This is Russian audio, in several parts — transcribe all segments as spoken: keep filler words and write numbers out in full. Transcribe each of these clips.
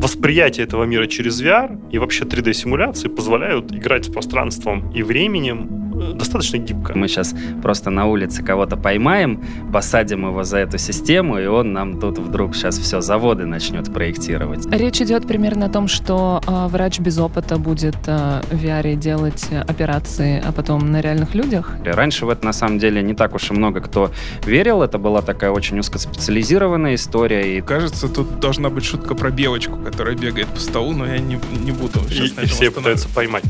восприятие этого мира через ви ар и вообще три дэ-симуляции позволяют играть с пространством и временем достаточно гибко. Мы сейчас просто на улице кого-то поймаем, посадим его за эту систему, и он нам тут вдруг сейчас все заводы начнет проектировать. Речь идет примерно о том, что э, врач без опыта будет э, в ви ар делать операции, а потом на реальных людях. Раньше в это на самом деле не так уж и много кто верил. Это была такая очень узкоспециализированная история. И... Кажется, тут должна быть шутка про белочку, которая бегает по столу, но я не, не буду сейчас и, на и этом все пытаются поймать.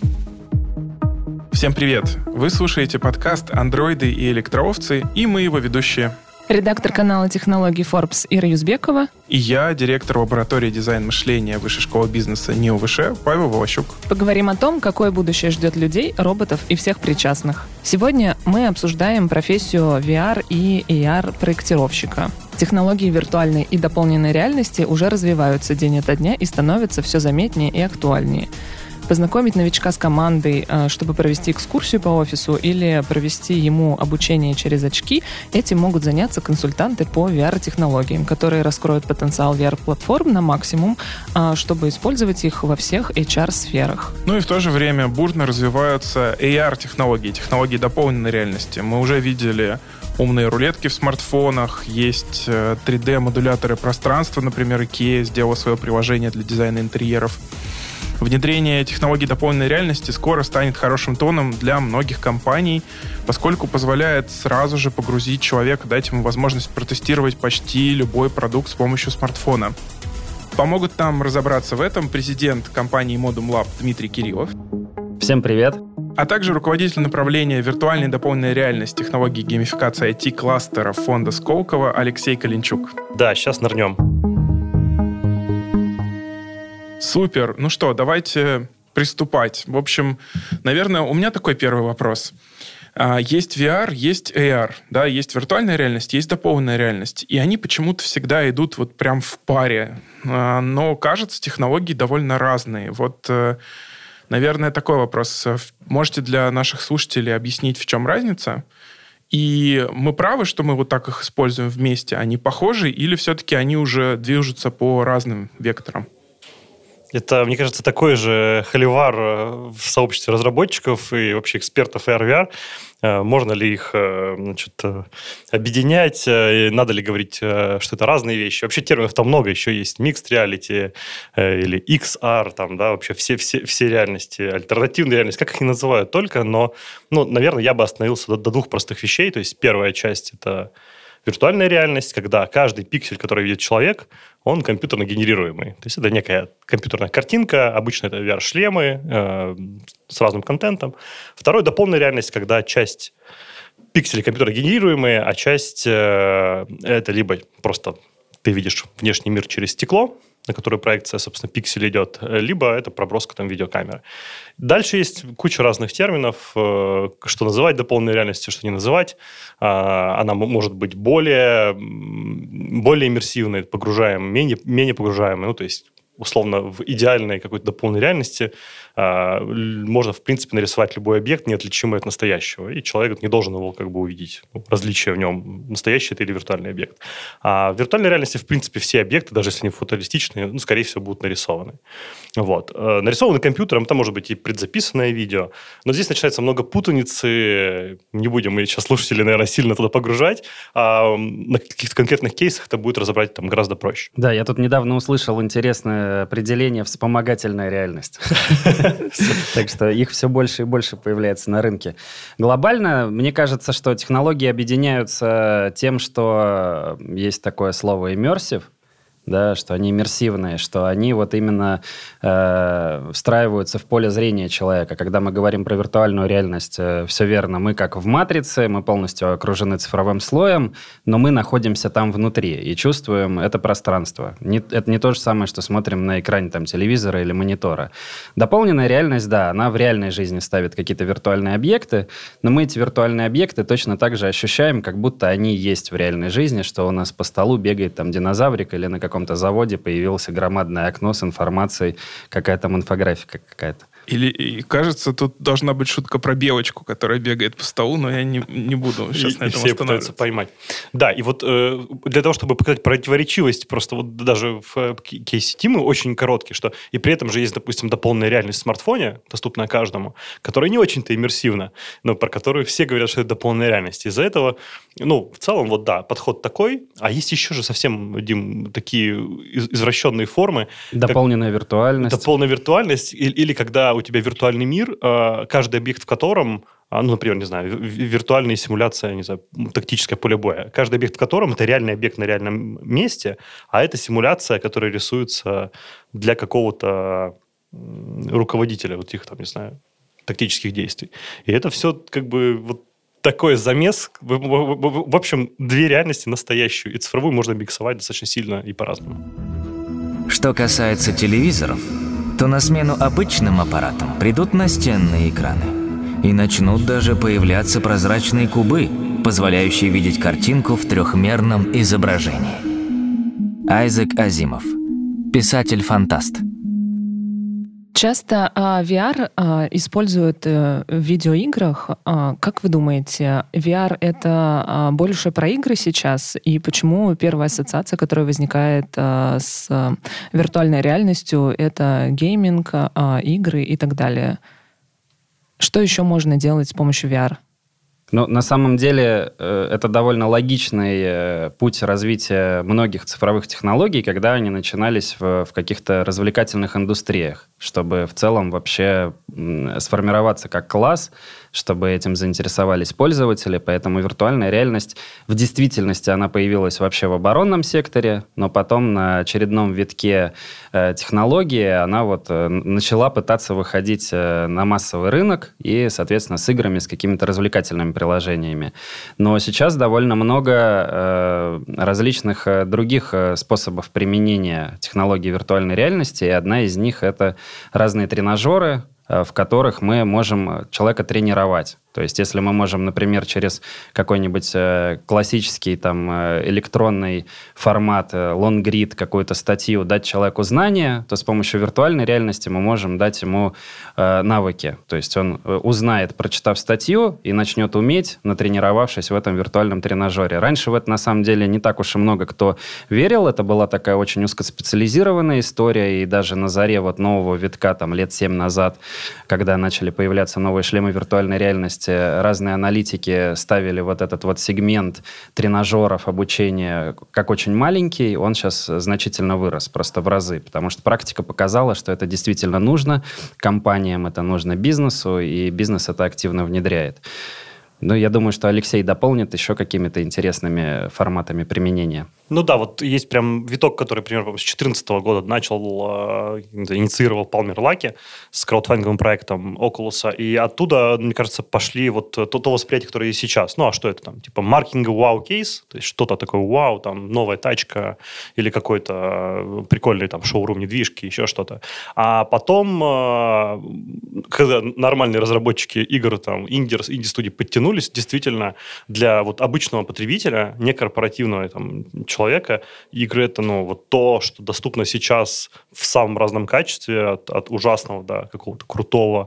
Всем привет! Вы слушаете подкаст «Андроиды и электроовцы», и мы его ведущие. Редактор канала технологий Forbes Ира Юзбекова. И я, директор лаборатории дизайн мышления Высшей школы бизнеса НИУ-ВШ Павел Волощук. Поговорим о том, какое будущее ждет людей, роботов и всех причастных. Сегодня мы обсуждаем профессию ви ар и эй ар-проектировщика. Технологии виртуальной и дополненной реальности уже развиваются день ото дня и становятся все заметнее и актуальнее. Познакомить новичка с командой, чтобы провести экскурсию по офису или провести ему обучение через очки, этим могут заняться консультанты по ви ар-технологиям, которые раскроют потенциал ви ар-платформ на максимум, чтобы использовать их во всех эйч ар-сферах. Ну и в то же время бурно развиваются эй ар-технологии, технологии дополненной реальности. Мы уже видели умные рулетки в смартфонах, есть три дэ-модуляторы пространства, например, IKEA сделала свое приложение для дизайна интерьеров. Внедрение технологий дополненной реальности скоро станет хорошим тоном для многих компаний, поскольку позволяет сразу же погрузить человека, дать ему возможность протестировать почти любой продукт с помощью смартфона. Помогут нам разобраться в этом президент компании Modum Lab Дмитрий Кириллов. Всем привет! А также руководитель направления виртуальной дополненной реальности технологий геймификации ай ти-кластера фонда Сколково Алексей Калинчук. Да, сейчас нырнем. Супер. Ну что, давайте приступать. В общем, наверное, у меня такой первый вопрос. Есть ви ар, есть эй ар, да, есть виртуальная реальность, есть дополненная реальность. И они почему-то всегда идут вот прям в паре. Но, кажется, технологии довольно разные. Вот, наверное, такой вопрос. Можете для наших слушателей объяснить, в чем разница? И мы правы, что мы вот так их используем вместе? Они похожи или все-таки они уже движутся по разным векторам? Это, мне кажется, такой же холивар в сообществе разработчиков и вообще экспертов эй ар-ви ар. Можно ли их, значит, объединять? Надо ли говорить, что это разные вещи? Вообще терминов там много. Еще есть mixed reality или икс ар, там, да, вообще все, все, все реальности, альтернативные реальности, как их не называют только, но, ну, наверное, я бы остановился до, до двух простых вещей. То есть первая часть – это виртуальная реальность, когда каждый пиксель, который видит человек, он компьютерно генерируемый. То есть это некая компьютерная картинка, обычно это ви ар-шлемы э, с разным контентом. Второй – дополненная реальность, когда часть пикселей компьютера генерируемые, а часть э, это либо просто ты видишь внешний мир через стекло, на которое проекция, собственно, пиксель идет, либо это проброска там видеокамеры. Дальше есть куча разных терминов, что называть дополненной реальностью, что не называть. Она может быть более, более иммерсивной, погружаемой, менее, менее погружаемой. Ну, то есть, условно, в идеальной какой-то дополненной реальности можно, в принципе, нарисовать любой объект, неотличимый от настоящего, и человек не должен его как бы увидеть. Различие в нем, настоящий это или виртуальный объект. А в виртуальной реальности, в принципе, все объекты, даже если они фотореалистичные, ну, скорее всего, будут нарисованы. Вот. Нарисованы компьютером, это может быть и предзаписанное видео, но здесь начинается много путаницы, не будем мы сейчас слушателей, наверное, сильно туда погружать, а на каких-то конкретных кейсах это будет разобрать там гораздо проще. Да, я тут недавно услышал интересное определение «вспомогательная реальность». Так что их все больше и больше появляется на рынке. Глобально, мне кажется, что технологии объединяются тем, что есть такое слово immersive, да, что они иммерсивные, что они вот именно э, встраиваются в поле зрения человека. Когда мы говорим про виртуальную реальность, э, все верно, мы как в матрице, мы полностью окружены цифровым слоем, но мы находимся там внутри и чувствуем это пространство. Не, это не то же самое, что смотрим на экране там, телевизора или монитора. Дополненная реальность, да, она в реальной жизни ставит какие-то виртуальные объекты, но мы эти виртуальные объекты точно так же ощущаем, как будто они есть в реальной жизни, что у нас по столу бегает там динозаврик или на каком-то заводе появился громадное окно с информацией, какая там инфографика какая-то. Или, и, кажется, тут должна быть шутка про белочку, которая бегает по столу, но я не, не буду сейчас и, на этом и все пытаются поймать. Да, и вот э, для того, чтобы показать противоречивость, просто вот даже в кейсе Тимы очень короткий, что и при этом же есть, допустим, дополненная реальность в смартфоне, доступная каждому, которая не очень-то иммерсивна, но про которую все говорят, что это дополненная реальность. Из-за этого, ну, в целом, вот да, подход такой, а есть еще же совсем, Дим, такие извращенные формы. Дополненная как, виртуальность. Дополненная виртуальность, или, или когда у тебя виртуальный мир, каждый объект в котором, ну, например, не знаю, виртуальная симуляция, не знаю, тактическое поле боя, каждый объект в котором это реальный объект на реальном месте, а это симуляция, которая рисуется для какого-то руководителя вот этих, там, не знаю, тактических действий. И это все как бы вот такой замес. В, в, в, в общем, две реальности настоящую и цифровую можно миксовать достаточно сильно и по-разному. Что касается телевизоров, то на смену обычным аппаратам придут настенные экраны. И начнут даже появляться прозрачные кубы, позволяющие видеть картинку в трехмерном изображении. Айзек Азимов, писатель-фантаст. Часто а, ви ар а, используют а, в видеоиграх. А, как вы думаете, ви ар — это а, больше про игры сейчас? И почему первая ассоциация, которая возникает а, с а, виртуальной реальностью, это гейминг, а, игры и так далее? Что еще можно делать с помощью ви ар? Ну, на самом деле, это довольно логичный путь развития многих цифровых технологий, когда они начинались в, в каких-то развлекательных индустриях, чтобы в целом вообще сформироваться как класс, чтобы этим заинтересовались пользователи. Поэтому виртуальная реальность в действительности она появилась вообще в оборонном секторе, но потом на очередном витке э, технологии она вот э, начала пытаться выходить э, на массовый рынок и, соответственно, с играми, с какими-то развлекательными приложениями. Но сейчас довольно много э, различных э, других э, способов применения технологий виртуальной реальности, и одна из них — это разные тренажеры, в которых мы можем человека тренировать. То есть, если мы можем, например, через какой-нибудь классический там, электронный формат, лонгрид, какую-то статью дать человеку знания, то с помощью виртуальной реальности мы можем дать ему э, навыки. То есть, он узнает, прочитав статью, и начнет уметь, натренировавшись в этом виртуальном тренажере. Раньше в это, на самом деле, не так уж и много кто верил. Это была такая очень узкоспециализированная история, и даже на заре вот нового витка, там, лет семь назад, когда начали появляться новые шлемы виртуальной реальности, разные аналитики ставили вот этот вот сегмент тренажеров обучения как очень маленький, он сейчас значительно вырос, просто в разы, потому что практика показала, что это действительно нужно компаниям, это нужно бизнесу, и бизнес это активно внедряет. Ну, я думаю, что Алексей дополнит еще какими-то интересными форматами применения. Ну да, вот есть прям виток, который, например, с две тысячи четырнадцатого года начал, э, инициировал Палмер Лаки с краудфандинговым проектом Oculus, и оттуда, мне кажется, пошли вот то, то восприятие, которое есть сейчас. Ну, а что это там? Типа маркетинговый вау-кейс, то есть что-то такое вау, там новая тачка или какой-то прикольный там шоурум недвижки, еще что-то. А потом, э, когда нормальные разработчики игр, там, инди, инди-студии подтянулись, действительно, для вот обычного потребителя, не корпоративного там, человека, человека. Игры — это ну, вот то, что доступно сейчас в самом разном качестве, от, от ужасного до какого-то крутого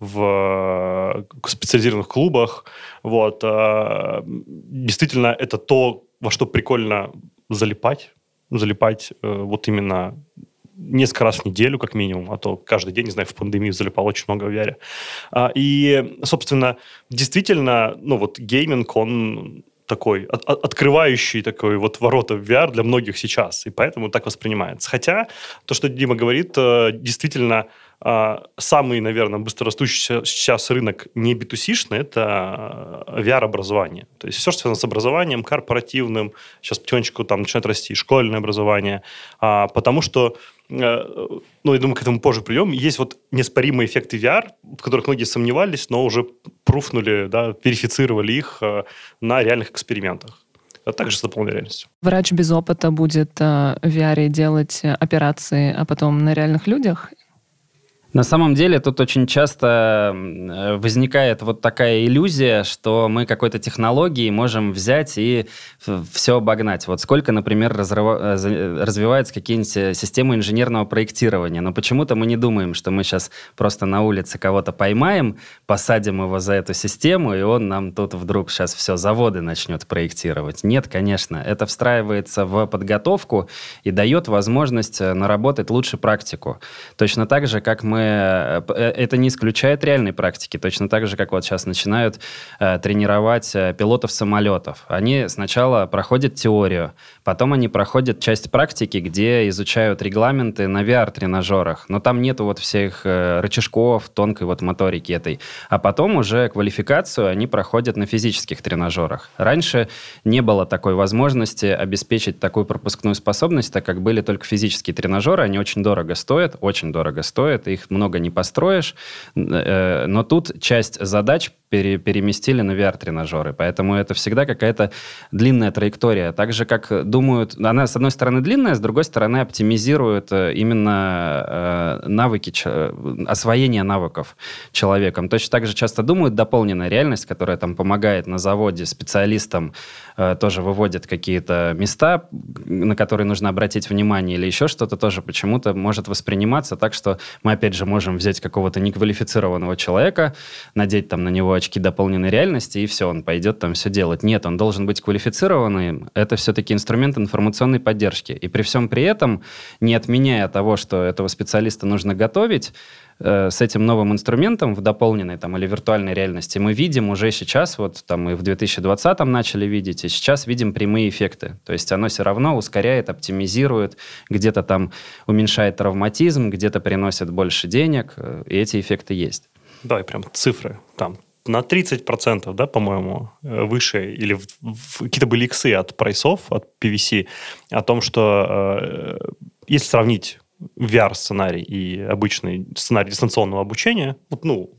в специализированных клубах. Вот. Действительно, это то, во что прикольно залипать. Залипать вот именно несколько раз в неделю, как минимум, а то каждый день, не знаю, в пандемию залипал очень много в ви ар. И, собственно, действительно, ну вот гейминг, он такой, от, открывающий такой вот ворота в ви ар для многих сейчас, и поэтому так воспринимается. Хотя, то, что Дима говорит, действительно, самый, наверное, быстрорастущий сейчас рынок не би ту си-шный, это ви ар-образование. То есть все, что связано с образованием корпоративным, сейчас потихонечку там начинает расти школьное образование, потому что, ну, я думаю, к этому позже придем, есть вот неоспоримые эффекты ви ар, в которых многие сомневались, но уже пруфнули, да, верифицировали их на реальных экспериментах. А также с дополненной реальностью. Врач без опыта будет в ви ар делать операции, а потом на реальных людях? На самом деле тут очень часто возникает вот такая иллюзия, что мы какой-то технологией можем взять и все обогнать. Вот сколько, например, разрыва... развиваются какие-нибудь системы инженерного проектирования, но почему-то мы не думаем, что мы сейчас просто на улице кого-то поймаем, посадим его за эту систему, и он нам тут вдруг сейчас все заводы начнет проектировать. Нет, конечно, это встраивается в подготовку и дает возможность наработать лучше практику. Точно так же, как мы это не исключает реальной практики. Точно так же, как вот сейчас начинают э, тренировать э, пилотов самолетов. Они сначала проходят теорию, потом они проходят часть практики, где изучают регламенты на ви ар-тренажерах. Но там нету вот всех э, рычажков, тонкой вот моторики этой. А потом уже квалификацию они проходят на физических тренажерах. Раньше не было такой возможности обеспечить такую пропускную способность, так как были только физические тренажеры. Они очень дорого стоят, очень дорого стоят, их много не построишь, но тут часть задач пере, переместили на ви ар-тренажеры, поэтому это всегда какая-то длинная траектория. Так же, как думают, она, с одной стороны, длинная, с другой стороны, оптимизирует именно навыки, освоение навыков человеком. Точно так же часто думают, дополненная реальность, которая там помогает на заводе специалистам, тоже выводит какие-то места, на которые нужно обратить внимание, или еще что-то тоже почему-то может восприниматься так, что мы, опять же, можем взять какого-то неквалифицированного человека, надеть там на него очки дополненной реальности, и все, он пойдет там все делать. Нет, он должен быть квалифицированный. Это все-таки инструмент информационной поддержки. И при всем при этом, не отменяя того, что этого специалиста нужно готовить, э, с этим новым инструментом в дополненной там, или виртуальной реальности мы видим уже сейчас, вот там мы в две тысячи двадцатом начали видеть, и сейчас видим прямые эффекты. То есть оно все равно ускоряет, оптимизирует, где-то там уменьшает травматизм, где-то приносит больше денег, и эти эффекты есть. Да, и прям цифры там на тридцать процентов, да, по-моему, выше, или в, в, какие-то были иксы от прайсов, от пи ви си, о том, что э, если сравнить ви ар-сценарий и обычный сценарий дистанционного обучения, вот, ну,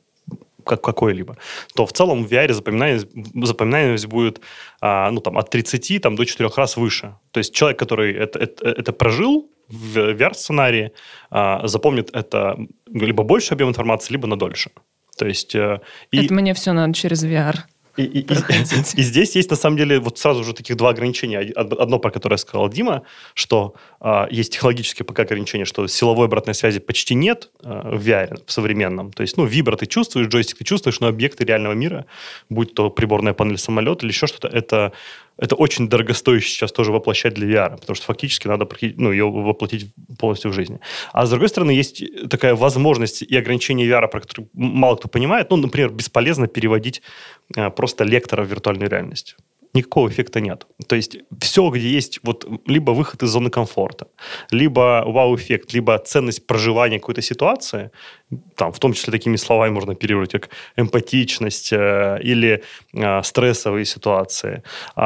как какой-либо, то в целом в ви ар запоминаемость, запоминаемость будет а, ну, там, от тридцати там, до четырёх раз выше. То есть человек, который это, это, это прожил в ви ар-сценарии, а, запомнит это либо больше объем информации, либо на дольше. То есть, э, и... Это мне все надо через ви ар. И, и, и, и здесь есть, на самом деле, вот сразу же таких два ограничения. Одно, про которое сказал Дима, что э, есть технологические пока ограничения, что силовой обратной связи почти нет э, в ви ар, в современном. То есть, ну, вибро ты чувствуешь, джойстик ты чувствуешь, но объекты реального мира, будь то приборная панель самолета или еще что-то, это, это очень дорогостоящее сейчас тоже воплощать для ви ар, потому что фактически надо ну, ее воплотить полностью в жизни. А с другой стороны, есть такая возможность и ограничение ви ар, про которые мало кто понимает. Ну, например, бесполезно переводить э, просто просто лектора в виртуальную реальность. Никакого эффекта нет. То есть все, где есть вот либо выход из зоны комфорта, либо вау-эффект, либо ценность проживания какой-то ситуации, там, в том числе такими словами можно оперировать, как эмпатичность э, или э, стрессовые ситуации,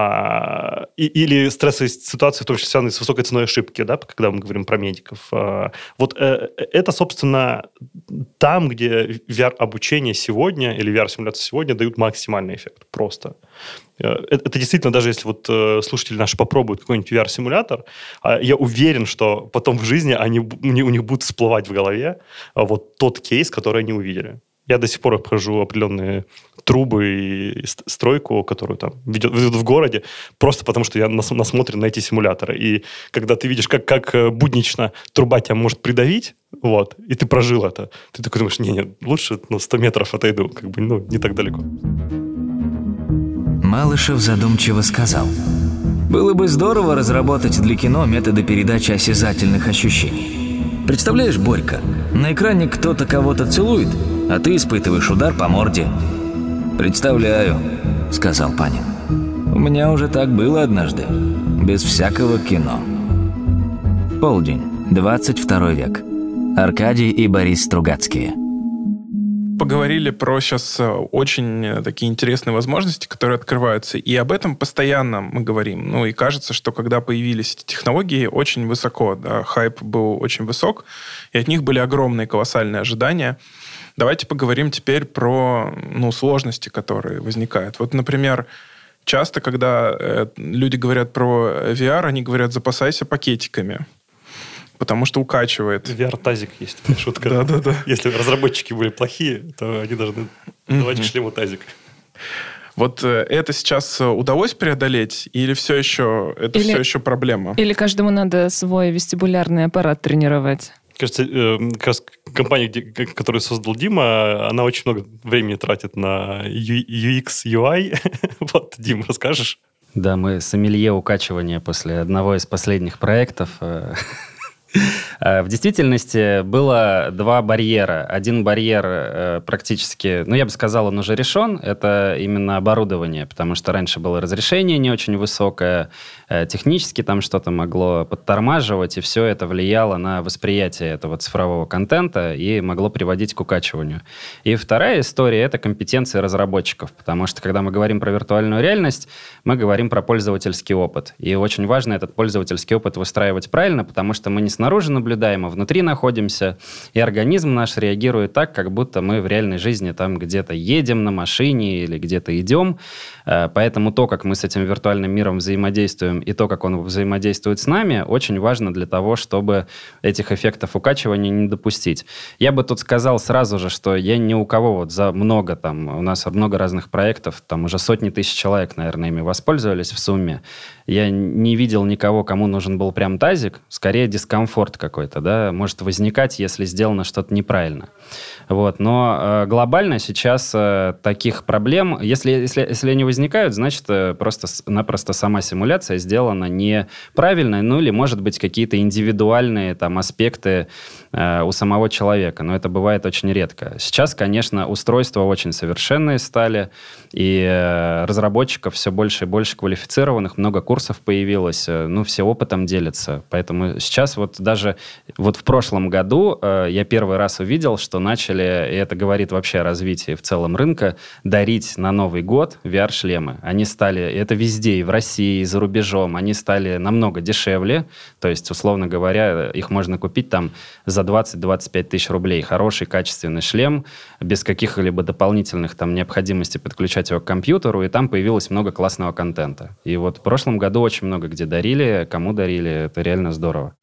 э, и, или стрессовые ситуации, в том числе связанные с высокой ценой ошибки, да, когда мы говорим про медиков. Э, вот э, это, собственно, там, где ви ар-обучение сегодня или ви ар-симуляция сегодня дают максимальный эффект. Просто. Это, это действительно, даже если вот э, слушатели наши попробуют какой-нибудь ви ар-симулятор, э, я уверен, что потом в жизни они, у них будут всплывать в голове э, вот тот кейс, который они увидели. Я до сих пор обхожу определенные трубы и стройку, которую там ведет, ведут в городе, просто потому что я нас, насмотрен на эти симуляторы. И когда ты видишь, как, как буднично труба тебя может придавить, вот, и ты прожил это, ты такой думаешь, не-не, лучше ну, сто метров отойду, как бы, ну, не так далеко. Малышев задумчиво сказал: «Было бы здорово разработать для кино методы передачи осязательных ощущений. Представляешь, Борька, на экране кто-то кого-то целует, а ты испытываешь удар по морде». «Представляю», — сказал Панин. «У меня уже так было однажды, без всякого кино». Полдень, двадцать второй век. Аркадий и Борис Стругацкие. Поговорили про сейчас очень такие интересные возможности, которые открываются. И об этом постоянно мы говорим. Ну и кажется, что когда появились эти технологии, очень высоко, да, хайп был очень высок, и от них были огромные колоссальные ожидания. Давайте поговорим теперь про ну, сложности, которые возникают. Вот, например, часто, когда э, люди говорят про ви ар, они говорят: запасайся пакетиками. Потому что укачивает. ви ар-тазик есть, шутка. Да-да-да. Если разработчики были плохие, то они должны давать к шлему тазик. Вот это сейчас удалось преодолеть, или все еще, это Или- все еще проблема? Или каждому надо свой вестибулярный аппарат тренировать? Кажется, э, как раз компания, где- к- которую создал Дима, она очень много времени тратит на ю- ю экс, ю ай. Вот, Дим, расскажешь? Да, мы сомелье укачивания после одного из последних проектов. э, В действительности было два барьера. Один барьер э, практически, ну, я бы сказал, он уже решен. Это именно оборудование, потому что раньше было разрешение не очень высокое, э, технически там что-то могло подтормаживать, и все это влияло на восприятие этого цифрового контента и могло приводить к укачиванию. И вторая история — это компетенции разработчиков, потому что, когда мы говорим про виртуальную реальность, мы говорим про пользовательский опыт. И очень важно этот пользовательский опыт выстраивать правильно, потому что мы не снаружи наблюдаем, а внутри находимся, и организм наш реагирует так, как будто мы в реальной жизни там где-то едем на машине или где-то идем. Э, Поэтому то, как мы с этим виртуальным миром взаимодействуем, и то, как он взаимодействует с нами, очень важно для того, чтобы этих эффектов укачивания не допустить. Я бы тут сказал сразу же, что я ни у кого вот за много там, у нас много разных проектов, там уже сотни тысяч человек, наверное, ими воспользовались в сумме. Я не видел никого, кому нужен был прям тазик, скорее дискомфорт какой-то, да, может возникать, если сделано что-то неправильно. Вот. Но э, глобально сейчас э, таких проблем, если, если, если они возникают, значит, э, просто-напросто сама симуляция сделана неправильно, ну или, может быть, какие-то индивидуальные там аспекты э, у самого человека, но это бывает очень редко. Сейчас, конечно, устройства очень совершенные стали, и э, разработчиков все больше и больше квалифицированных, много курсов появилось, э, ну, все опытом делятся. Поэтому сейчас вот даже вот в прошлом году э, я первый раз увидел, что начали, и это говорит вообще о развитии в целом рынка, дарить на Новый год ви ар-шлемы. Они стали, и это везде, и в России, и за рубежом, они стали намного дешевле, то есть, условно говоря, их можно купить там за двадцать-двадцать пять тысяч рублей. Хороший, качественный шлем, без каких-либо дополнительных там необходимости подключать его к компьютеру, и там появилось много классного контента. И вот в прошлом году очень много где дарили, кому дарили, это реально здорово.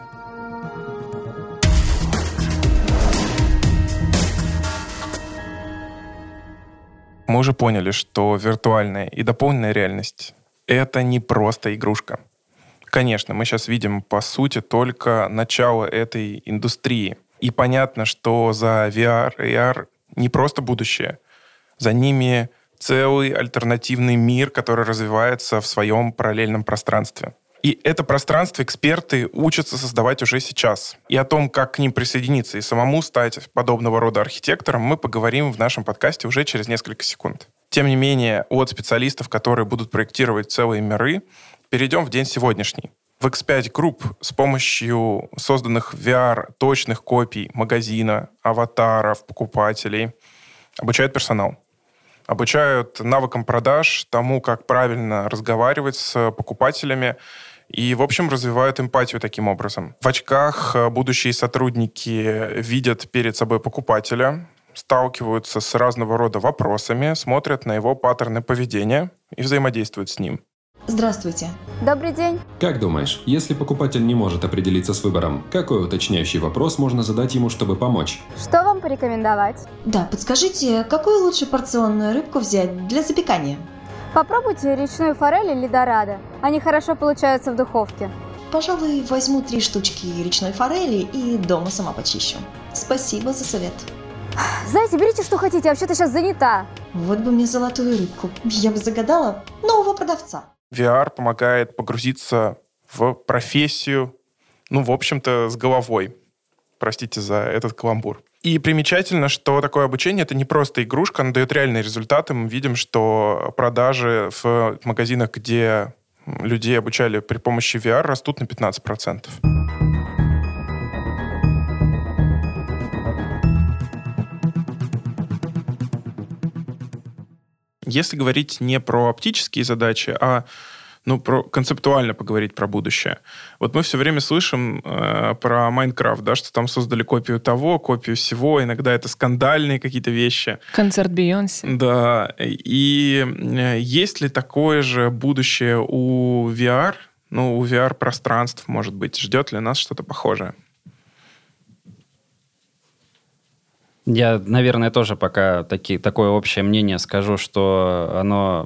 Мы уже поняли, что виртуальная и дополненная реальность — это не просто игрушка. Конечно, мы сейчас видим, по сути, только начало этой индустрии. И понятно, что за ви ар и эй ар не просто будущее. За ними целый альтернативный мир, который развивается в своем параллельном пространстве. И это пространство эксперты учатся создавать уже сейчас. И о том, как к ним присоединиться и самому стать подобного рода архитектором, мы поговорим в нашем подкасте уже через несколько секунд. Тем не менее, от специалистов, которые будут проектировать целые миры, перейдем в день сегодняшний. В икс пять Group с помощью созданных ви ар-точных копий магазина, аватаров, покупателей обучают персонал. Обучают навыкам продаж, тому, как правильно разговаривать с покупателями, и, в общем, развивают эмпатию таким образом. В очках будущие сотрудники видят перед собой покупателя, сталкиваются с разного рода вопросами, смотрят на его паттерны поведения и взаимодействуют с ним. Здравствуйте. Добрый день. Как думаешь, если покупатель не может определиться с выбором, какой уточняющий вопрос можно задать ему, чтобы помочь? Что вам порекомендовать? Да, подскажите, какую лучше порционную рыбку взять для запекания? Попробуйте речную форель или дорадо. Они хорошо получаются в духовке. Пожалуй, возьму три штучки речной форели и дома сама почищу. Спасибо за совет. Знаете, берите, что хотите, я вообще-то сейчас занята. Вот бы мне золотую рыбку. Я бы загадала нового продавца. ви ар помогает погрузиться в профессию, ну, в общем-то, с головой. Простите за этот каламбур. И примечательно, что такое обучение — это не просто игрушка, оно дает реальные результаты. Мы видим, что продажи в магазинах, где людей обучали при помощи ви ар, растут на пятнадцать процентов. Если говорить не про оптические задачи, а ну, про, концептуально поговорить про будущее. Вот мы все время слышим э, про Майнкрафт, да, что там создали копию того, копию всего, иногда это скандальные какие-то вещи. Концерт Бейонсе. Да, и э, есть ли такое же будущее у ви ар, Ну, у ви ар-пространств, может быть, ждет ли нас что-то похожее? Я, наверное, тоже пока таки, такое общее мнение скажу, что оно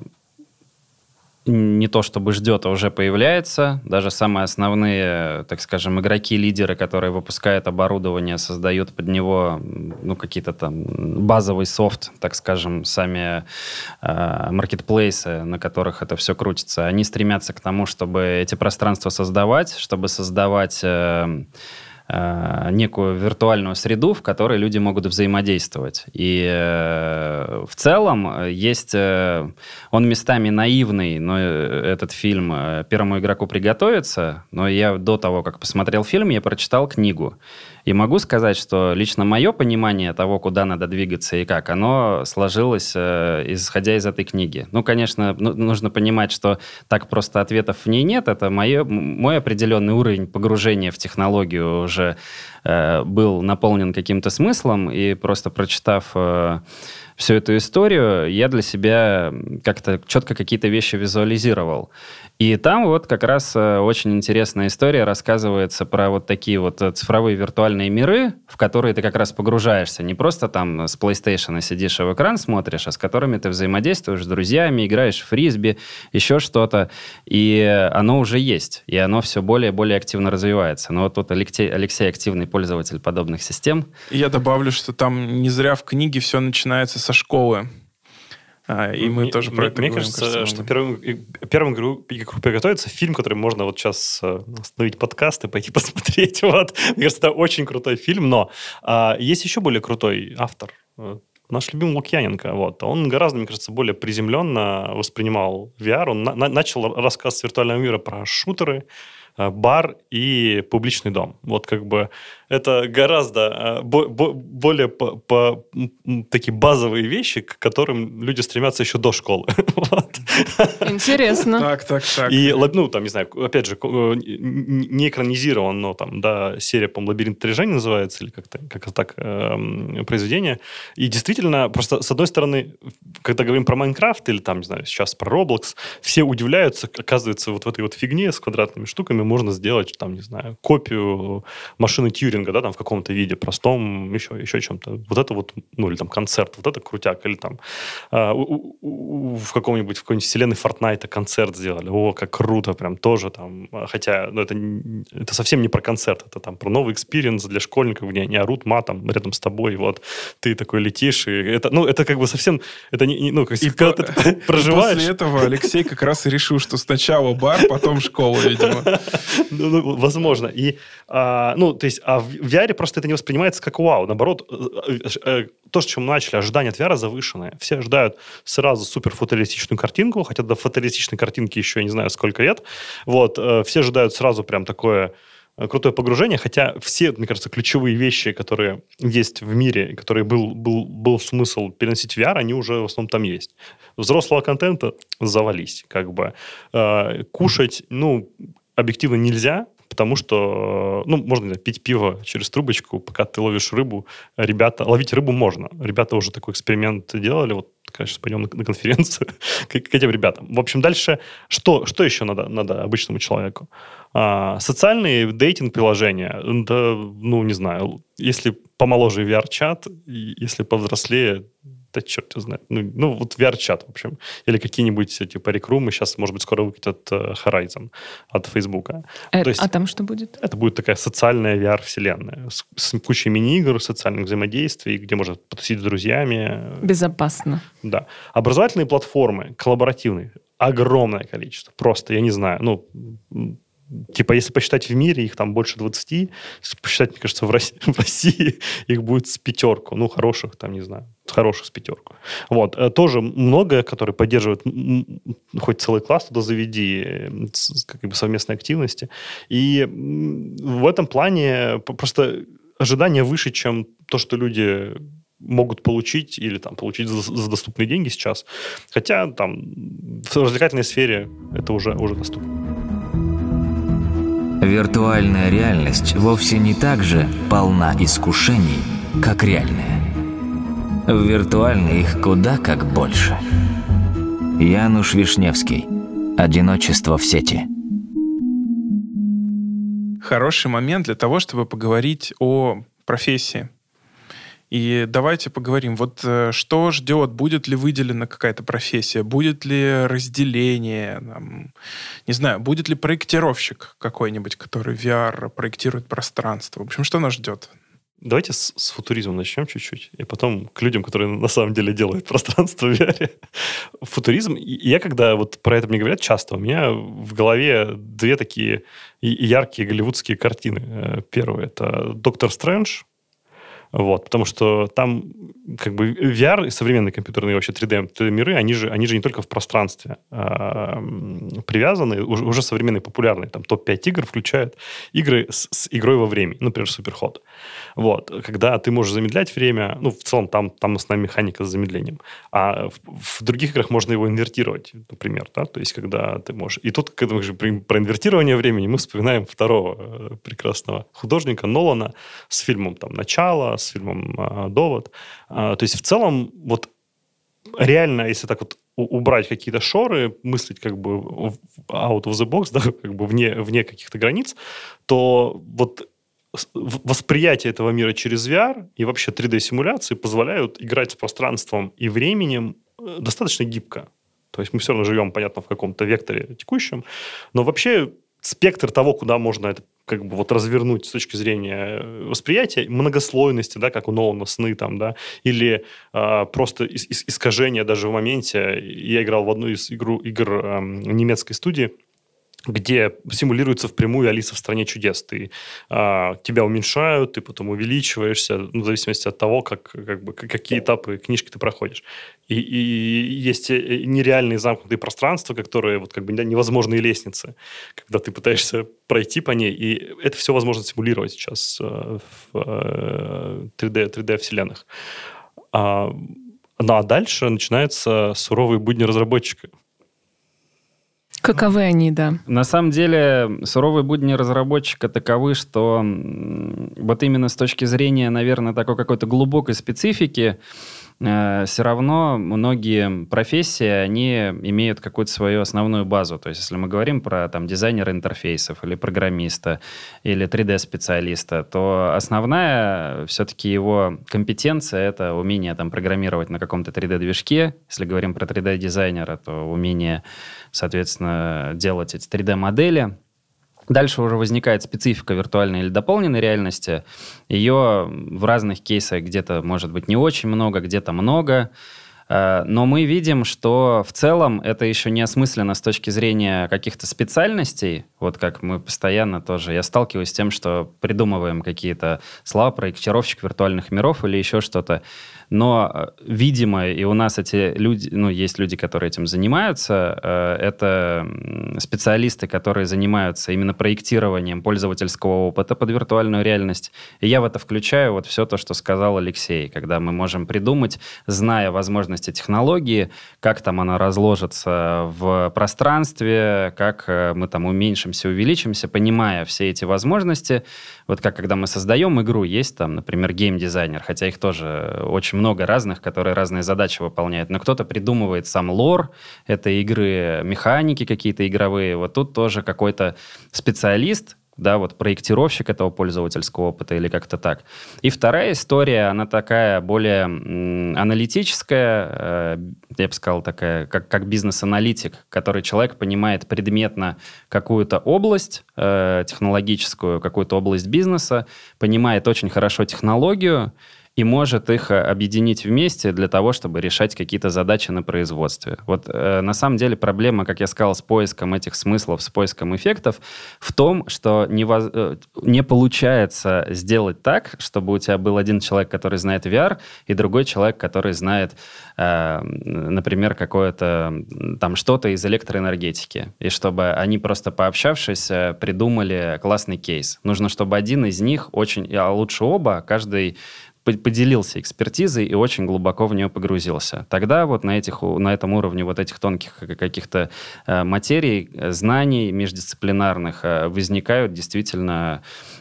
не то чтобы ждет, а уже появляется. Даже самые основные, так скажем, игроки-лидеры, которые выпускают оборудование, создают под него ну, какие-то там базовый софт, так скажем, сами э, маркетплейсы, на которых это все крутится, они стремятся к тому, чтобы эти пространства создавать, чтобы создавать... Э, некую виртуальную среду, в которой люди могут взаимодействовать. И э, в целом есть... Э, он местами наивный, но этот фильм «Первому игроку приготовиться», но я до того, как посмотрел фильм, я прочитал книгу. И могу сказать, что лично мое понимание того, куда надо двигаться и как, оно сложилось, э, исходя из этой книги. Ну, конечно, ну, нужно понимать, что так просто ответов в ней нет. Это мое, мой определенный уровень погружения в технологию уже э, был наполнен каким-то смыслом, и просто прочитав э, всю эту историю, я для себя как-то четко какие-то вещи визуализировал. И там вот как раз очень интересная история рассказывается про вот такие вот цифровые виртуальные миры, в которые ты как раз погружаешься. Не просто там с PlayStation сидишь и в экран смотришь, а с которыми ты взаимодействуешь с друзьями, играешь в фрисби, еще что-то. И оно уже есть, и оно все более и более активно развивается. Но вот тут Алексей, Алексей активный пользователь подобных систем. И я добавлю, что там не зря в книге все начинается со школы. А, и мы мне, тоже про мне, это мне говорим. Кажется, кажется, что первым, первым игру приготовиться фильм, который можно вот сейчас остановить подкаст и пойти посмотреть. Вот. Мне кажется, это очень крутой фильм, но а, есть еще более крутой автор. Наш любимый Лукьяненко. Вот. Он гораздо, мне кажется, более приземленно воспринимал ви ар. Он на, на, начал рассказ виртуального мира про шутеры, бар и публичный дом. Вот как бы это гораздо бо- бо- более по- по- такие базовые вещи, к которым люди стремятся еще до школы. Интересно. Так, так, так. И, ну, там, не знаю, опять же, не экранизирован, но там, да, серия, по-моему, «Лабиринт отражения» называется, или как-то, как-то так, э, произведение. И действительно, просто, с одной стороны, когда говорим про Майнкрафт или там, не знаю, сейчас про Roblox, все удивляются, оказывается, вот в этой вот фигне с квадратными штуками можно сделать, там, не знаю, копию машины Тьюринга, да, там, в каком-то виде, простом, еще, еще чем-то. Вот это вот, ну, или там концерт, вот это крутяк, или там э, у, у, в каком-нибудь, в какой-нибудь вселенной Fortnite концерт сделали. О, как круто, прям тоже там. Хотя, ну, это, это совсем не про концерт, это там про новый экспириенс для школьников, где они орут матом рядом с тобой, вот, ты такой летишь, и это, ну, это как бы совсем, это не, ну, как, и когда по, ты проживаешь. После этого Алексей как раз и решил, что сначала бар, потом школа, видимо. Ну, ну, возможно. И, а, ну, то есть, а в ви ар просто это не воспринимается как вау. Наоборот, то, с чем мы начали, ожидания от ви ар завышенные. Все ожидают сразу супер фотореалистичную картинку, хотя до фотореалистичной картинки еще, я не знаю, сколько лет. Вот, все ожидают сразу прям такое крутое погружение, хотя все, мне кажется, ключевые вещи, которые есть в мире, которые был, был, был смысл переносить в ви ар, они уже в основном там есть. Взрослого контента завались, как бы. Кушать, ну, объективно нельзя, потому что, ну, можно, не знаю, пить пиво через трубочку, пока ты ловишь рыбу. Ребята, ловить рыбу можно. Ребята уже такой эксперимент делали. Вот, конечно, пойдем на, на конференцию к, к этим ребятам. В общем, дальше, что, что еще надо, надо обычному человеку? А, социальные дейтинг-приложения, да, ну, не знаю, если помоложе ви ар-чат, если повзрослее, да черт его знает. Ну, ну, вот ви ар-чат, в общем. Или какие-нибудь, типа, рекрумы. Сейчас, может быть, скоро выкатят uh, Horizon от Фейсбука. Э, То есть, а там что будет? Это будет такая социальная ви ар-вселенная с, с кучей мини-игр, социальных взаимодействий, где можно потусить с друзьями. Безопасно. Да. Образовательные платформы, коллаборативные, огромное количество. Просто, я не знаю, ну... Типа, если посчитать в мире, их там больше двадцати. Если посчитать, мне кажется, в России, в России их будет с пятерку. Ну, хороших, там, не знаю, хороших с пятерку. Вот. Тоже много, которые поддерживают хоть целый класс туда заведи, как бы совместной активности. И в этом плане просто ожидания выше, чем то, что люди могут получить или там получить за, за доступные деньги сейчас. Хотя там в развлекательной сфере это уже, уже доступно. Виртуальная реальность вовсе не так же полна искушений, как реальная. В виртуальной их куда как больше. Януш Вишневский. Одиночество в сети. хороший момент для того, чтобы поговорить о профессии. И давайте поговорим, вот что ждет, будет ли выделена какая-то профессия, будет ли разделение, там, не знаю, будет ли проектировщик какой-нибудь, который ви ар проектирует пространство. В общем, что нас ждет? Давайте с, с футуризмом начнем чуть-чуть, и потом к людям, которые на самом деле делают пространство в ви ар. Футуризм, и я когда вот про это мне говорят часто, у меня в голове две такие яркие голливудские картины. Первое — это «Доктор Стрэндж», вот, потому что там как бы ви ар и современные компьютерные вообще три дэ, три дэ-миры, они же, они же не только в пространстве а, привязаны, уже, уже современные популярные, там топ пять игр включают игры с, с игрой во времени, например, Суперход. Вот, когда ты можешь замедлять время, ну, в целом там, там основная механика с замедлением, а в, в других играх можно его инвертировать, например, да, то есть когда ты можешь... И тут, когда мы же про инвертирование времени, мы вспоминаем второго прекрасного художника Нолана с фильмом там «Начало», с фильмом а, «Довод». А, то есть в целом вот реально, если так вот убрать какие-то шоры, мыслить как бы out of the box, да, как бы вне, вне каких-то границ, то вот восприятие этого мира через ви ар и вообще три дэ-симуляции позволяют играть с пространством и временем достаточно гибко. То есть мы все равно живем, понятно, в каком-то векторе текущем, но вообще спектр того, куда можно это как бы вот развернуть с точки зрения восприятия, многослойности, да, как у Нолана «Сны», там, да, или э, просто ис- ис- искажения даже в моменте. Я играл в одну из игру, игр э, немецкой студии, где симулируется впрямую «Алиса в стране чудес». Ты, а, тебя уменьшают, ты потом увеличиваешься, ну, в зависимости от того, как, как бы, какие этапы книжки ты проходишь. И, и есть нереальные замкнутые пространства, которые вот, как бы, невозможные лестницы, когда ты пытаешься пройти по ней, и это все возможно симулировать сейчас в три дэ, три дэ-вселенных. А, ну, а дальше начинаются суровые будни разработчика. Каковы они, да? На самом деле, суровые будни разработчика таковы, что вот именно с точки зрения, наверное, такой какой-то глубокой специфики, э, все равно многие профессии, они имеют какую-то свою основную базу. То есть, если мы говорим про там, дизайнера интерфейсов или программиста, или три дэ-специалиста, то основная все-таки его компетенция — это умение там, программировать на каком-то три дэ-движке. Если говорим про три дэ-дизайнера, то умение, соответственно, делать эти три дэ-модели. Дальше уже возникает специфика виртуальной или дополненной реальности. Ее в разных кейсах где-то может быть не очень много, где-то много. Но мы видим, что в целом это еще не осмысленно с точки зрения каких-то специальностей. Вот как мы постоянно тоже... Я сталкиваюсь с тем, что придумываем какие-то слова, проектировщик виртуальных миров или еще что-то. Но, видимо, и у нас эти люди, ну, есть люди, которые этим занимаются. Это специалисты, которые занимаются именно проектированием пользовательского опыта под виртуальную реальность. И я в это включаю вот все то, что сказал Алексей, когда мы можем придумать, зная возможности технологии, как там она разложится в пространстве, как мы там уменьшимся, увеличимся, понимая все эти возможности. Вот как когда мы создаем игру, есть там, например, геймдизайнер, хотя их тоже очень много разных, которые разные задачи выполняют. Но кто-то придумывает сам лор этой игры, механики какие-то игровые. Вот тут тоже какой-то специалист, да, вот проектировщик этого пользовательского опыта или как-то так. И вторая история, она такая более м, аналитическая, э, я бы сказал, такая, как, как бизнес-аналитик, который человек понимает предметно какую-то область э, технологическую, какую-то область бизнеса, понимает очень хорошо технологию, и может их объединить вместе для того, чтобы решать какие-то задачи на производстве. Вот э, на самом деле проблема, как я сказал, с поиском этих смыслов, с поиском эффектов в том, что не, воз... не получается сделать так, чтобы у тебя был один человек, который знает ви ар, и другой человек, который знает, э, например, какое-то там что-то из электроэнергетики, и чтобы они просто пообщавшись придумали классный кейс. Нужно, чтобы один из них очень, а лучше оба, каждый поделился экспертизой и очень глубоко в нее погрузился. Тогда вот на, этих, на этом уровне вот этих тонких каких-то материй, знаний междисциплинарных возникают действительно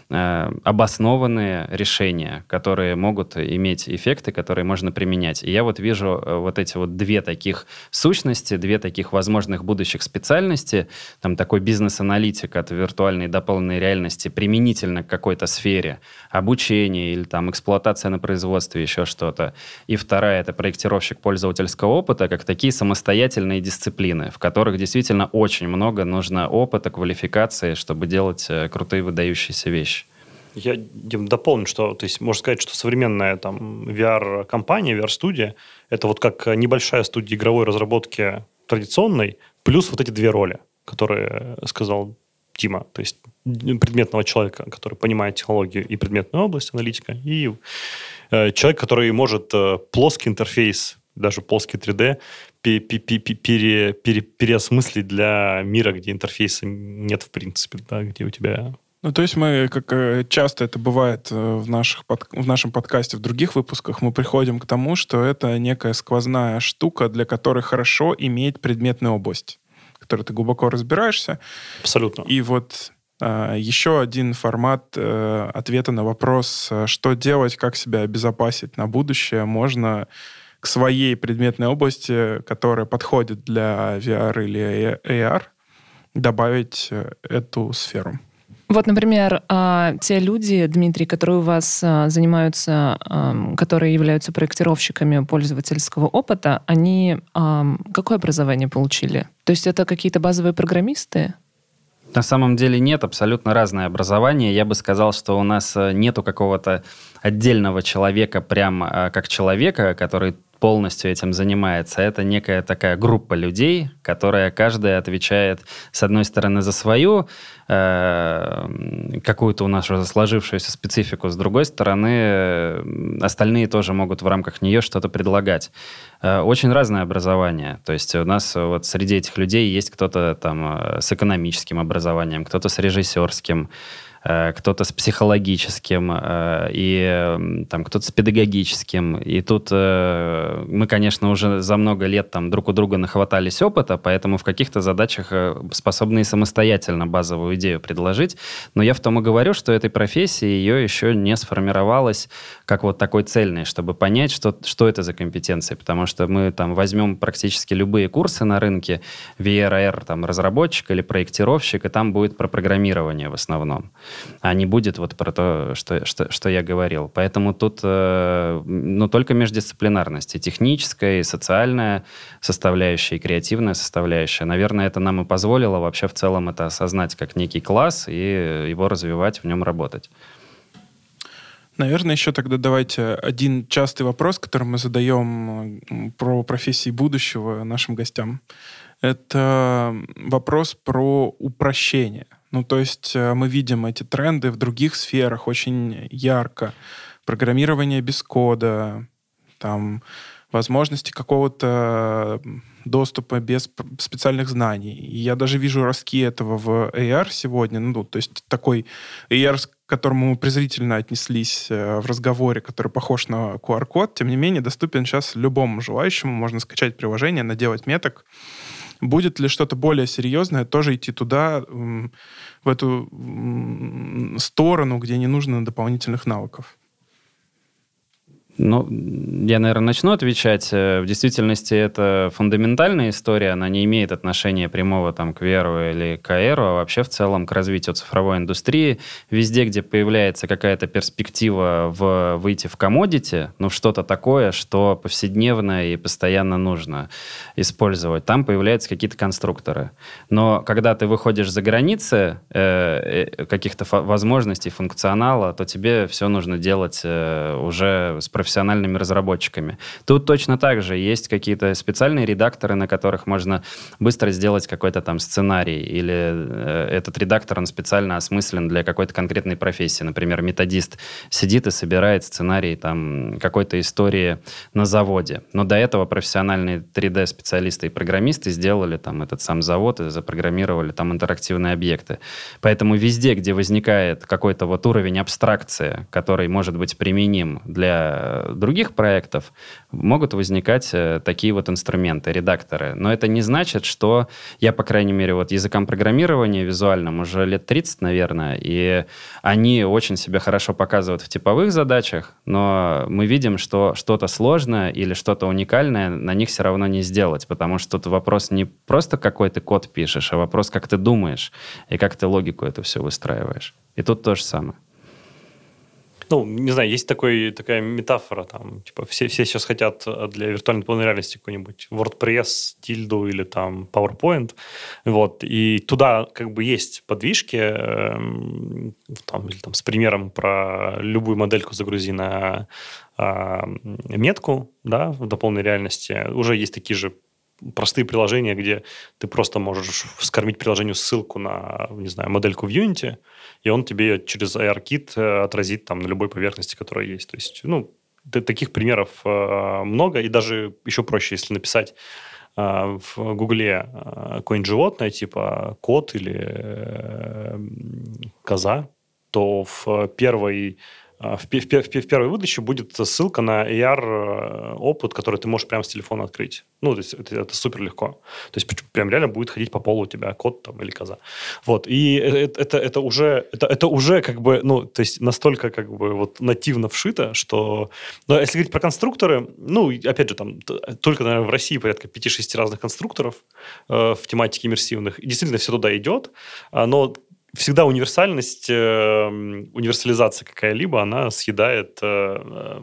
обоснованные решения, которые могут иметь эффекты, которые можно применять. И я вот вижу вот эти вот две таких сущности, две таких возможных будущих специальности, там такой бизнес-аналитик от виртуальной дополненной реальности применительно к какой-то сфере, обучение или там эксплуатация на производстве, еще что-то. И вторая — это проектировщик пользовательского опыта, как такие самостоятельные дисциплины, в которых действительно очень много нужно опыта, квалификации, чтобы делать крутые выдающиеся вещи. Я дополню, что, то есть, можно сказать, что современная там ви ар-компания, ви ар-студия, это вот как небольшая студия игровой разработки традиционной, плюс вот эти две роли, которые сказал Тима, то есть предметного человека, который понимает технологию и предметную область, аналитика, и э, человек, который может э, плоский интерфейс, даже плоский три дэ, пере, пере, пере, переосмыслить для мира, где интерфейса нет в принципе, да, где у тебя... Ну, то есть мы, как часто это бывает в, наших, в нашем подкасте, в других выпусках, мы приходим к тому, что это некая сквозная штука, для которой хорошо иметь предметную область, в которой ты глубоко разбираешься. Абсолютно. И вот э, еще один формат э, ответа на вопрос, что делать, как себя обезопасить на будущее, можно к своей предметной области, которая подходит для ви ар или эй ар, добавить эту сферу. Вот, например, те люди, Дмитрий, которые у вас занимаются, которые являются проектировщиками пользовательского опыта, они какое образование получили? То есть это какие-то базовые программисты? На самом деле нет, абсолютно разное образование. Я бы сказал, что у нас нету какого-то отдельного человека, прям как человека, который полностью этим занимается. Это некая такая группа людей, которая каждая отвечает, с одной стороны, за свою э, какую-то у нас уже сложившуюся специфику, с другой стороны, э, остальные тоже могут в рамках нее что-то предлагать. Э, очень разное образование. То есть у нас вот среди этих людей есть кто-то там с экономическим образованием, кто-то с режиссерским, кто-то с психологическим, и там, кто-то с педагогическим. И тут мы, конечно, уже за много лет там друг у друга нахватались опыта, поэтому в каких-то задачах способны и самостоятельно базовую идею предложить. Но я в том и говорю, что этой профессии ее еще не сформировалась как вот такой цельной, чтобы понять, что, что это за компетенции. Потому что мы там возьмем практически любые курсы на рынке, ви ар, эй ар, там, разработчик или проектировщик, и там будет про программирование в основном, а не будет вот про то, что, что, что я говорил. Поэтому тут э, ну, только междисциплинарность, и техническая, и социальная составляющая, и креативная составляющая. Наверное, это нам и позволило вообще в целом это осознать как некий класс и его развивать, в нем работать. Наверное, еще тогда давайте один частый вопрос, который мы задаем про профессии будущего нашим гостям. Это вопрос про упрощение. Ну, то есть мы видим эти тренды в других сферах очень ярко. Программирование без кода, там, возможности какого-то доступа без специальных знаний. И я даже вижу ростки этого в эй ар сегодня. Ну, то есть такой эй ар, к которому мы презрительно отнеслись в разговоре, который похож на ку ар-код, тем не менее доступен сейчас любому желающему. Можно скачать приложение, наделать меток. Будет ли что-то более серьезное, тоже идти туда, в эту сторону, где не нужно дополнительных навыков? Ну, я, наверное, начну отвечать. В действительности это фундаментальная история, она не имеет отношения прямого там, к ви ар или к эй ар, а вообще в целом к развитию цифровой индустрии. Везде, где появляется какая-то перспектива в, выйти в коммодити, ну, что-то такое, что повседневно и постоянно нужно использовать, там появляются какие-то конструкторы. Но когда ты выходишь за границы э, каких-то фо- возможностей, функционала, то тебе все нужно делать э, уже с профессиональным профессиональными разработчиками. Тут точно так же есть какие-то специальные редакторы, на которых можно быстро сделать какой-то там сценарий, или э, этот редактор, он специально осмыслен для какой-то конкретной профессии. Например, методист сидит и собирает сценарий там какой-то истории на заводе. Но до этого профессиональные три дэ-специалисты и программисты сделали там этот сам завод и запрограммировали там интерактивные объекты. Поэтому везде, где возникает какой-то вот уровень абстракции, который может быть применим для других проектов, могут возникать такие вот инструменты, редакторы. Но это не значит, что я, по крайней мере, вот языкам программирования визуальным уже лет тридцать, наверное, и они очень себя хорошо показывают в типовых задачах, но мы видим, что что-то сложное или что-то уникальное на них все равно не сделать, потому что тут вопрос не просто какой ты код пишешь, а вопрос, как ты думаешь и как ты логику это все выстраиваешь. И тут то же самое. Ну, не знаю, есть такой, такая метафора, там, типа, все, все сейчас хотят для виртуальной полной реальности какой-нибудь WordPress, тильду или там PowerPoint, вот, и туда как бы есть подвижки, э, там, или там с примером про любую модельку загрузи на э, метку, да, в дополненной реальности, уже есть такие же простые приложения, где ты просто можешь скормить приложению ссылку на, не знаю, модельку в Unity, и он тебе через ARKit отразит там на любой поверхности, которая есть. То есть, ну, таких примеров э, много, и даже еще проще, если написать э, в Гугле э, какое-нибудь животное, типа кот или э, коза, то в первой В, в, в первой выдаче будет ссылка на эй ар-опыт, который ты можешь прямо с телефона открыть. Ну, то есть это, это супер легко. То есть прям реально будет ходить по полу у тебя кот там, или коза. Вот. И это, это, это, уже, это, это уже как бы, ну, то есть настолько как бы вот нативно вшито, что... Но если говорить про конструкторы, ну, опять же, там только, наверное, в России порядка пяти-шести разных конструкторов э, в тематике иммерсивных. И действительно все туда идет, но всегда универсальность, э, универсализация какая-либо, она съедает э,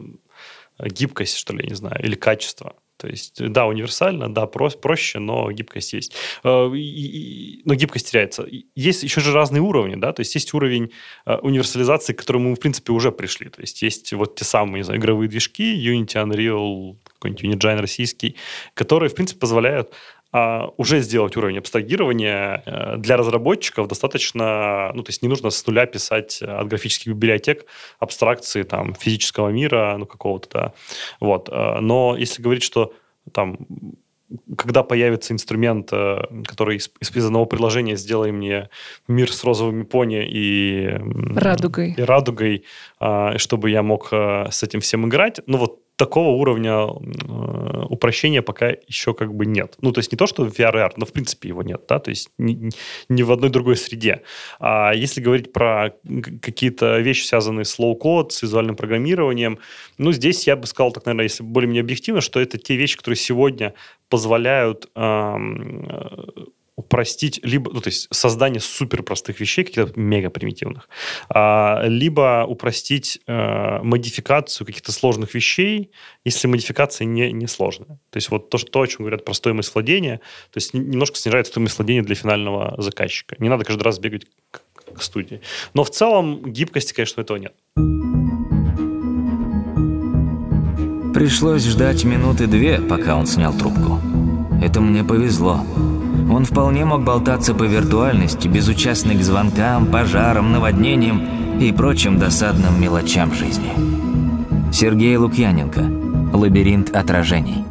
э, гибкость, что ли, я не знаю, или качество. То есть, да, универсально, да, про- проще, но гибкость есть. Э, и, и, но гибкость теряется. Есть еще же разные уровни, да, то есть есть уровень э, универсализации, к которому мы, в принципе, уже пришли. То есть есть вот те самые, не знаю, игровые движки, Unity, Unreal, какой-нибудь Unigine российский, которые, в принципе, позволяют Uh, уже сделать уровень абстрагирования uh, для разработчиков достаточно, ну, то есть не нужно с нуля писать от графических библиотек абстракции там физического мира, ну, какого-то, да, вот. Uh, но если говорить, что там, когда появится инструмент, uh, который из, из одного предложения «сделай мне мир с розовыми пони и радугой, и радугой uh, чтобы я мог uh, с этим всем играть», ну, вот такого уровня э, упрощения пока еще как бы нет. Ну, то есть не то, что в ви ар и ар, но в принципе его нет, да, то есть ни, ни в одной другой среде. А если говорить про какие-то вещи, связанные с лоу-код, с визуальным программированием, ну, здесь я бы сказал, так, наверное, если более-менее объективно, что это те вещи, которые сегодня позволяют э, упростить либо, ну, то есть создание суперпростых вещей, каких-то мега примитивных, а, либо упростить а, модификацию каких-то сложных вещей, если модификация не, не сложная. То есть вот то, что, то, о чем говорят про стоимость владения, то есть немножко снижает стоимость владения для финального заказчика. Не надо каждый раз бегать к, к студии. Но в целом гибкости, конечно, этого нет. Пришлось ждать минуты две, пока он снял трубку. Это мне повезло. Он вполне мог болтаться по виртуальности, безучастный к звонкам, пожарам, наводнениям и прочим досадным мелочам жизни. Сергей Лукьяненко. Лабиринт отражений.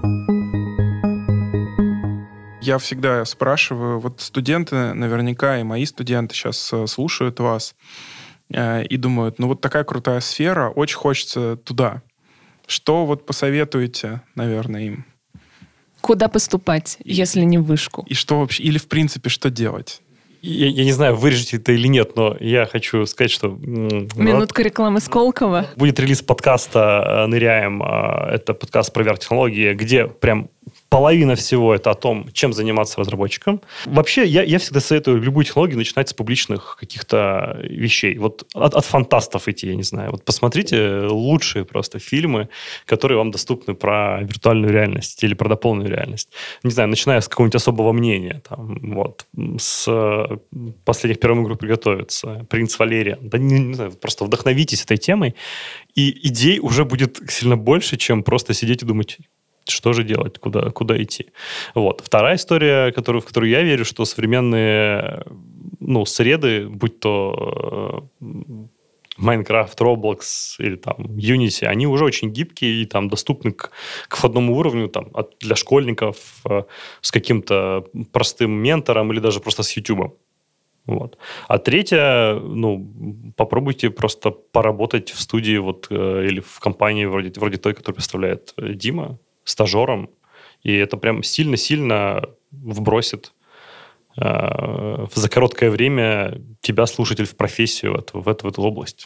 Я всегда спрашиваю, вот студенты наверняка, и мои студенты сейчас слушают вас э, и думают, ну вот такая крутая сфера, очень хочется туда. Что вот посоветуете, наверное, им? Куда поступать, если не в вышку? И что вообще, или в принципе, что делать? Я, я не знаю, вырежете это или нет, но я хочу сказать, что... Минутка вот, рекламы Сколково. Будет релиз подкаста «Ныряем». Это подкаст про ви ар-технологии, где прям половина всего это о том, чем заниматься разработчиком. Вообще, я, я всегда советую любую технологию начинать с публичных каких-то вещей. Вот от, от фантастов идти, я не знаю. Вот посмотрите лучшие просто фильмы, которые вам доступны про виртуальную реальность или про дополненную реальность. Не знаю, начиная с какого-нибудь особого мнения. Там, вот, с последних первых игр приготовиться. Принц Валериан. Да не, не знаю, просто вдохновитесь этой темой, и идей уже будет сильно больше, чем просто сидеть и думать, что же делать, куда, куда идти. Вот. Вторая история, которую, в которую я верю, что современные ну, среды, будь то Minecraft, Roblox или там Unity, они уже очень гибкие и там доступны к, к входному уровню там, от, для школьников э, с каким-то простым ментором или даже просто с YouTube. Вот. А третье, ну, попробуйте просто поработать в студии вот, э, или в компании вроде, вроде той, которую представляет Дима, стажером, и это прям сильно-сильно вбросит э, за короткое время тебя, слушатель, в профессию, в эту, в эту, в эту область.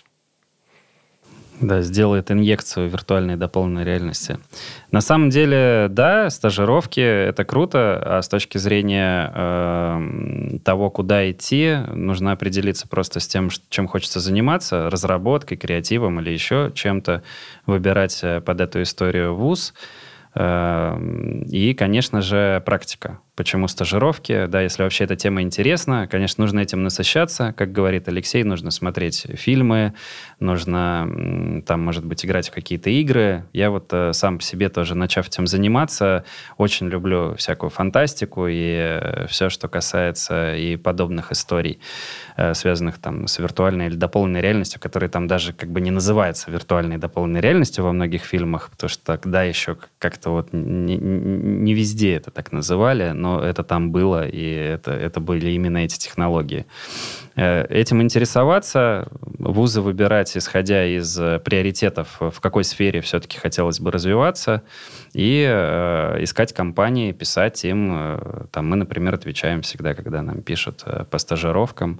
Да, сделает инъекцию виртуальной дополненной реальности. На самом деле, да, стажировки — это круто, а с точки зрения э, того, куда идти, нужно определиться просто с тем, чем хочется заниматься, разработкой, креативом или еще чем-то, выбирать под эту историю вуз. Э, и, конечно же, практика. Почему стажировки? Да, если вообще эта тема интересна, конечно, нужно этим насыщаться. Как говорит Алексей, нужно смотреть фильмы, нужно, там, может быть, играть в какие-то игры. Я вот э, сам по себе тоже, начав этим заниматься, очень люблю всякую фантастику и э, все, что касается и подобных историй, э, связанных там с виртуальной или дополненной реальностью, которые там даже как бы не называются виртуальной и дополненной реальностью во многих фильмах, потому что тогда еще как-то вот не, не везде это так называли, но но это там было, и это, это были именно эти технологии. Этим интересоваться, вузы выбирать, исходя из приоритетов, в какой сфере все-таки хотелось бы развиваться, и э, искать компании, писать им. Э, там мы, например, отвечаем всегда, когда нам пишут э, по стажировкам.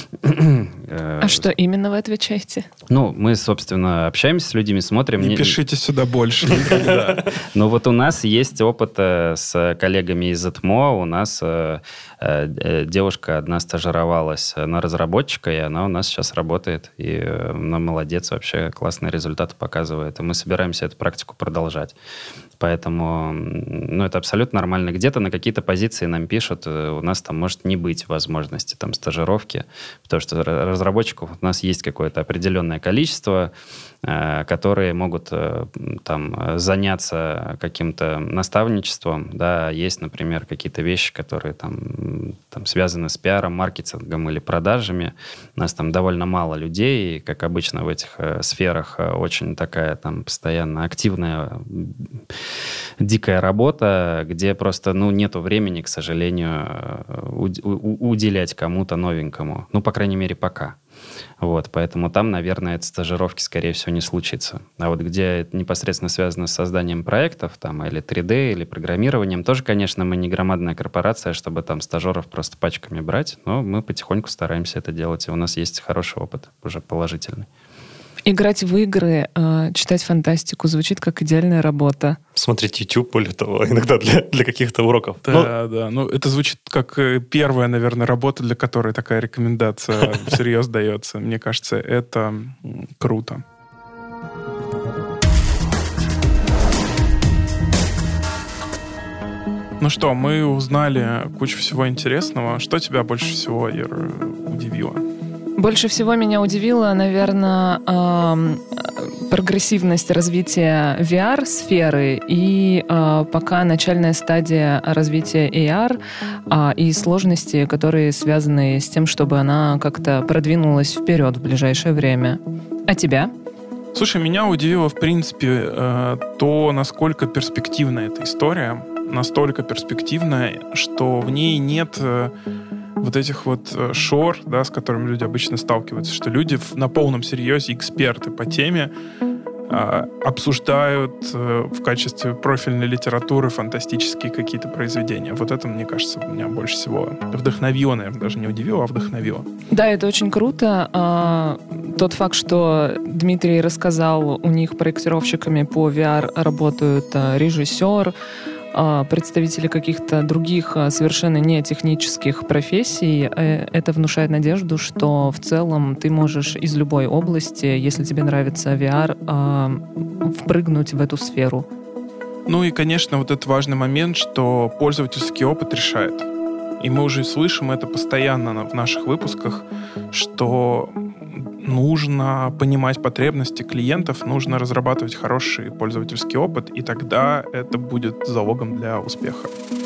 А что именно вы отвечаете? Ну, мы, собственно, общаемся с людьми, смотрим. Не, не... пишите сюда больше никогда. Ну, вот у нас есть опыт с коллегами из ЭТМО. У нас девушка одна стажировалась на разработчика, и она у нас сейчас работает. И она молодец, вообще классные результаты показывает. И мы собираемся эту практику продолжать. Поэтому, ну, это абсолютно нормально. Где-то на какие-то позиции нам пишут, у нас там может не быть возможности там стажировки, потому что разработчиков у нас есть какое-то определенное количество, которые могут там заняться каким-то наставничеством, да, есть, например, какие-то вещи, которые там, там связаны с пиаром, маркетингом или продажами. У нас там довольно мало людей, и, как обычно в этих сферах, очень такая там постоянно активная, дикая работа, где просто, ну, нету времени, к сожалению, уделять кому-то новенькому. Ну, по крайней мере, пока. Вот, поэтому там, наверное, этой стажировки, скорее всего, не случится. А вот где это непосредственно связано с созданием проектов, там, или три дэ, или программированием, тоже, конечно, мы не громадная корпорация, чтобы там стажеров просто пачками брать, но мы потихоньку стараемся это делать, и у нас есть хороший опыт, уже положительный. Играть в игры, читать фантастику звучит как идеальная работа. Смотреть YouTube, более того, иногда для, для каких-то уроков. Да, но... да. Ну, это звучит как первая, наверное, работа, для которой такая рекомендация всерьез дается. Мне кажется, это круто. Ну что, мы узнали кучу всего интересного. Что тебя больше всего, Ир, удивило? Больше всего меня удивило, наверное, э, прогрессивность развития ви ар-сферы и э, пока начальная стадия развития эй ар э, и сложности, которые связаны с тем, чтобы она как-то продвинулась вперед в ближайшее время. А тебя? Слушай, меня удивило, в принципе, э, то, насколько перспективна эта история. Настолько перспективная, что в ней нет... Э, вот этих вот шор, да, с которыми люди обычно сталкиваются, что люди на полном серьезе, эксперты по теме, э, обсуждают э, в качестве профильной литературы фантастические какие-то произведения. Вот это, мне кажется, меня больше всего вдохновило, наверное, даже не удивило, а вдохновило. Да, это очень круто. А, тот факт, что Дмитрий рассказал, у них проектировщиками по ви ар работают а, режиссер, представители каких-то других совершенно не технических профессий, это внушает надежду, что в целом ты можешь из любой области, если тебе нравится ви ар, впрыгнуть в эту сферу. Ну и, конечно, вот этот важный момент, что пользовательский опыт решает. И мы уже слышим это постоянно в наших выпусках, что нужно понимать потребности клиентов, нужно разрабатывать хороший пользовательский опыт, и тогда это будет залогом для успеха.